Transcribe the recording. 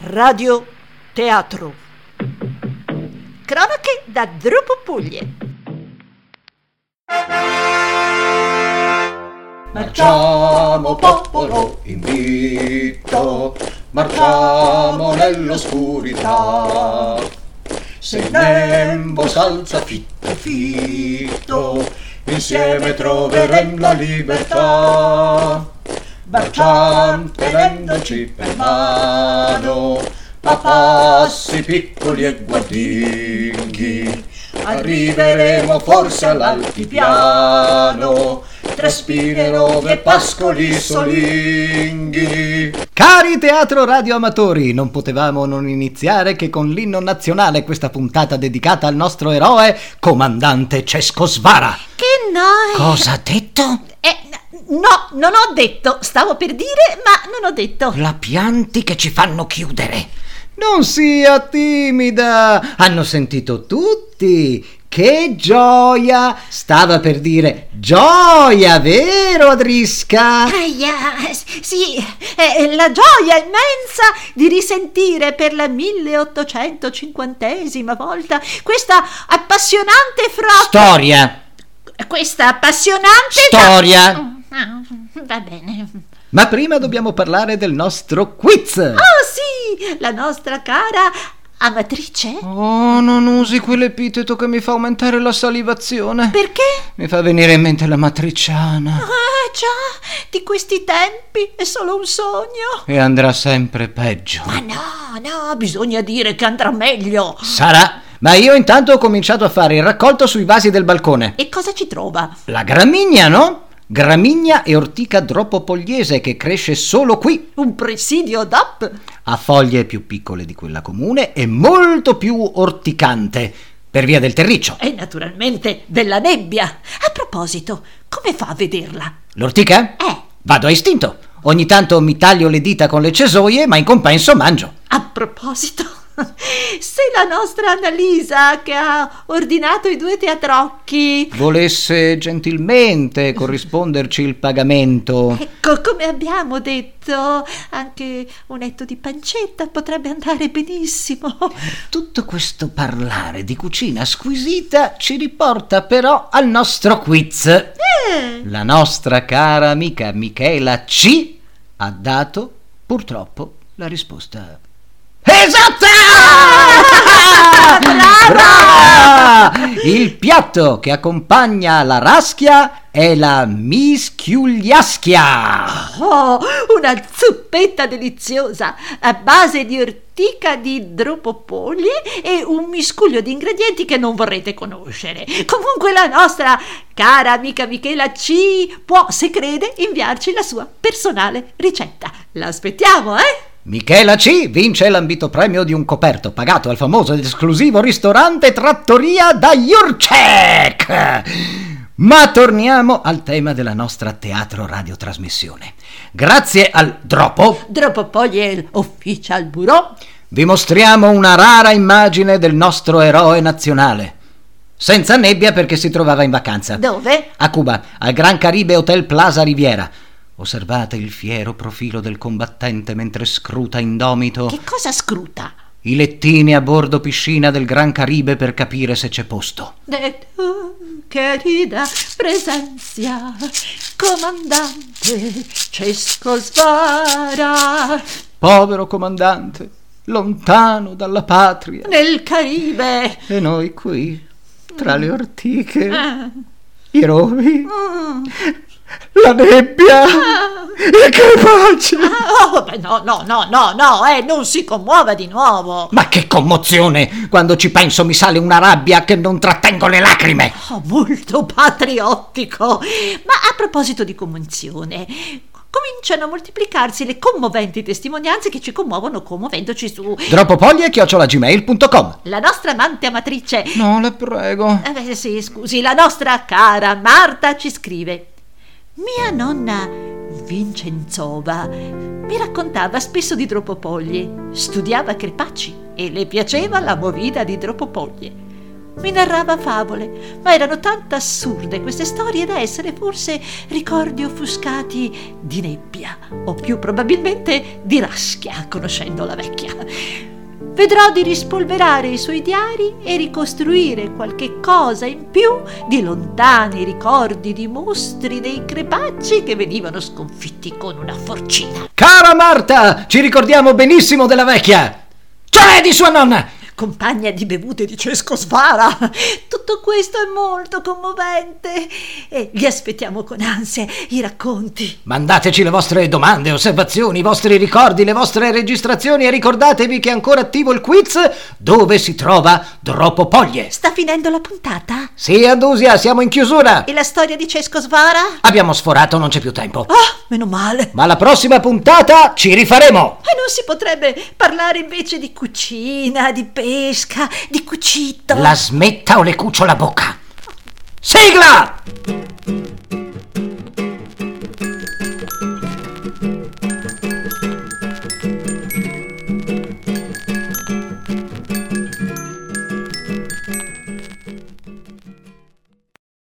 Radio Teatro. Cronache da Dropopuglie. Marciamo popolo invito, marciamo nell'oscurità. Se il nembo s'alza fitto fitto, insieme troveremo la libertà. Marciamo tenendoci per mano, a passi piccoli e guardinghi, arriveremo forse all'altipiano, tra spine, rove e pascoli solinghi. Cari teatro radio amatori, non potevamo non iniziare che con l'inno nazionale questa puntata dedicata al nostro eroe, comandante Cesco Svara. Che noi... Cosa ha detto? No, non ho detto, stavo per dire, ma non ho detto. La pianti che ci fanno chiudere. Non sia timida, hanno sentito tutti. Che gioia! Stava per dire gioia, vero Adrisca? Sì, la gioia immensa di risentire per la 1850esima volta questa appassionante Storia! Questa appassionante... Storia! Va bene. Ma prima dobbiamo parlare del nostro quiz! Oh sì, la nostra cara amatrice. Oh, non usi quell'epiteto che mi fa aumentare la salivazione. Perché? Mi fa venire in mente la matriciana. Già, di questi tempi è solo un sogno. E andrà sempre peggio. Ma no, bisogna dire che andrà meglio. Sarà, ma io intanto ho cominciato a fare il raccolto sui vasi del balcone. E cosa ci trova? La gramigna, no? Gramigna e ortica dropopogliese che cresce solo qui. Un presidio DAP? Ha foglie più piccole di quella comune e molto più orticante, per via del terriccio. E naturalmente della nebbia. A proposito, come fa a vederla? L'ortica? Vado a istinto. Ogni tanto mi taglio le dita con le cesoie, ma in compenso mangio. A proposito, se la nostra Annalisa, che ha ordinato i 2 teatrocchi, volesse gentilmente corrisponderci il pagamento. Ecco, come abbiamo detto, anche un etto di pancetta potrebbe andare benissimo. Tutto questo parlare di cucina squisita ci riporta però al nostro quiz. La nostra cara amica Michela C ha dato, purtroppo, la risposta esatta! Brava! Il piatto che accompagna la raschia è la mischiugliaschia. Oh, una zuppetta deliziosa a base di ortica di dropopoglie e un miscuglio di ingredienti che non vorrete conoscere. Comunque la nostra cara amica Michela C può, se crede, inviarci la sua personale ricetta. L'aspettiamo, Michela C vince l'ambito premio di un coperto pagato al famoso ed esclusivo ristorante Trattoria da Jurček. Ma torniamo al tema della nostra teatro radiotrasmissione. Grazie al Dropopoglie Official Bureau vi mostriamo una rara immagine del nostro eroe nazionale. Senza nebbia perché si trovava in vacanza. Dove? A Cuba, al Gran Caribe Hotel Plaza Riviera. Osservate il fiero profilo del combattente mentre scruta indomito. Che cosa scruta? I lettini a bordo piscina del Gran Caribe per capire se c'è posto. De tu querida presencia, comandante Cesco Svara. Povero comandante, lontano dalla patria. Nel Caribe. E noi qui, tra le ortiche, i rovi, la nebbia. E che pace! No, non si commuova di nuovo. Ma che commozione! Quando ci penso mi sale una rabbia che non trattengo le lacrime. Molto patriottico. Ma a proposito di commozione, cominciano a moltiplicarsi le commoventi testimonianze che ci commuovono commuovendoci su dropopoglie@gmail.com. la nostra amante amatrice. No, la prego. Sì, scusi, la nostra cara Marta ci scrive: mia nonna Vincenzova mi raccontava spesso di dropopoglie, studiava crepacci e le piaceva la movida di dropopoglie. mi narrava favole, ma erano tanto assurde queste storie da essere forse ricordi offuscati di nebbia, o più probabilmente di raschia, conoscendo la vecchia. Vedrò di rispolverare i suoi diari e ricostruire qualche cosa in più di lontani ricordi di mostri dei crepacci che venivano sconfitti con una forcina. Cara Marta, ci ricordiamo benissimo della vecchia, cioè di sua nonna, compagna di bevute di Cesco Svara. Tutto questo è molto commovente e vi aspettiamo con ansia i racconti. Mandateci le vostre domande, osservazioni, i vostri ricordi, le vostre registrazioni e ricordatevi che è ancora attivo il quiz dove si trova Dropopoglie. Sta finendo la puntata? Sì, Andusia, siamo in chiusura. E la storia di Cesco Svara? Abbiamo sforato, non c'è più tempo. Meno male. Ma la prossima puntata ci rifaremo. E non si potrebbe parlare invece di cucina, di pesca, di cucito? La smetta o le cucio la bocca. Sigla!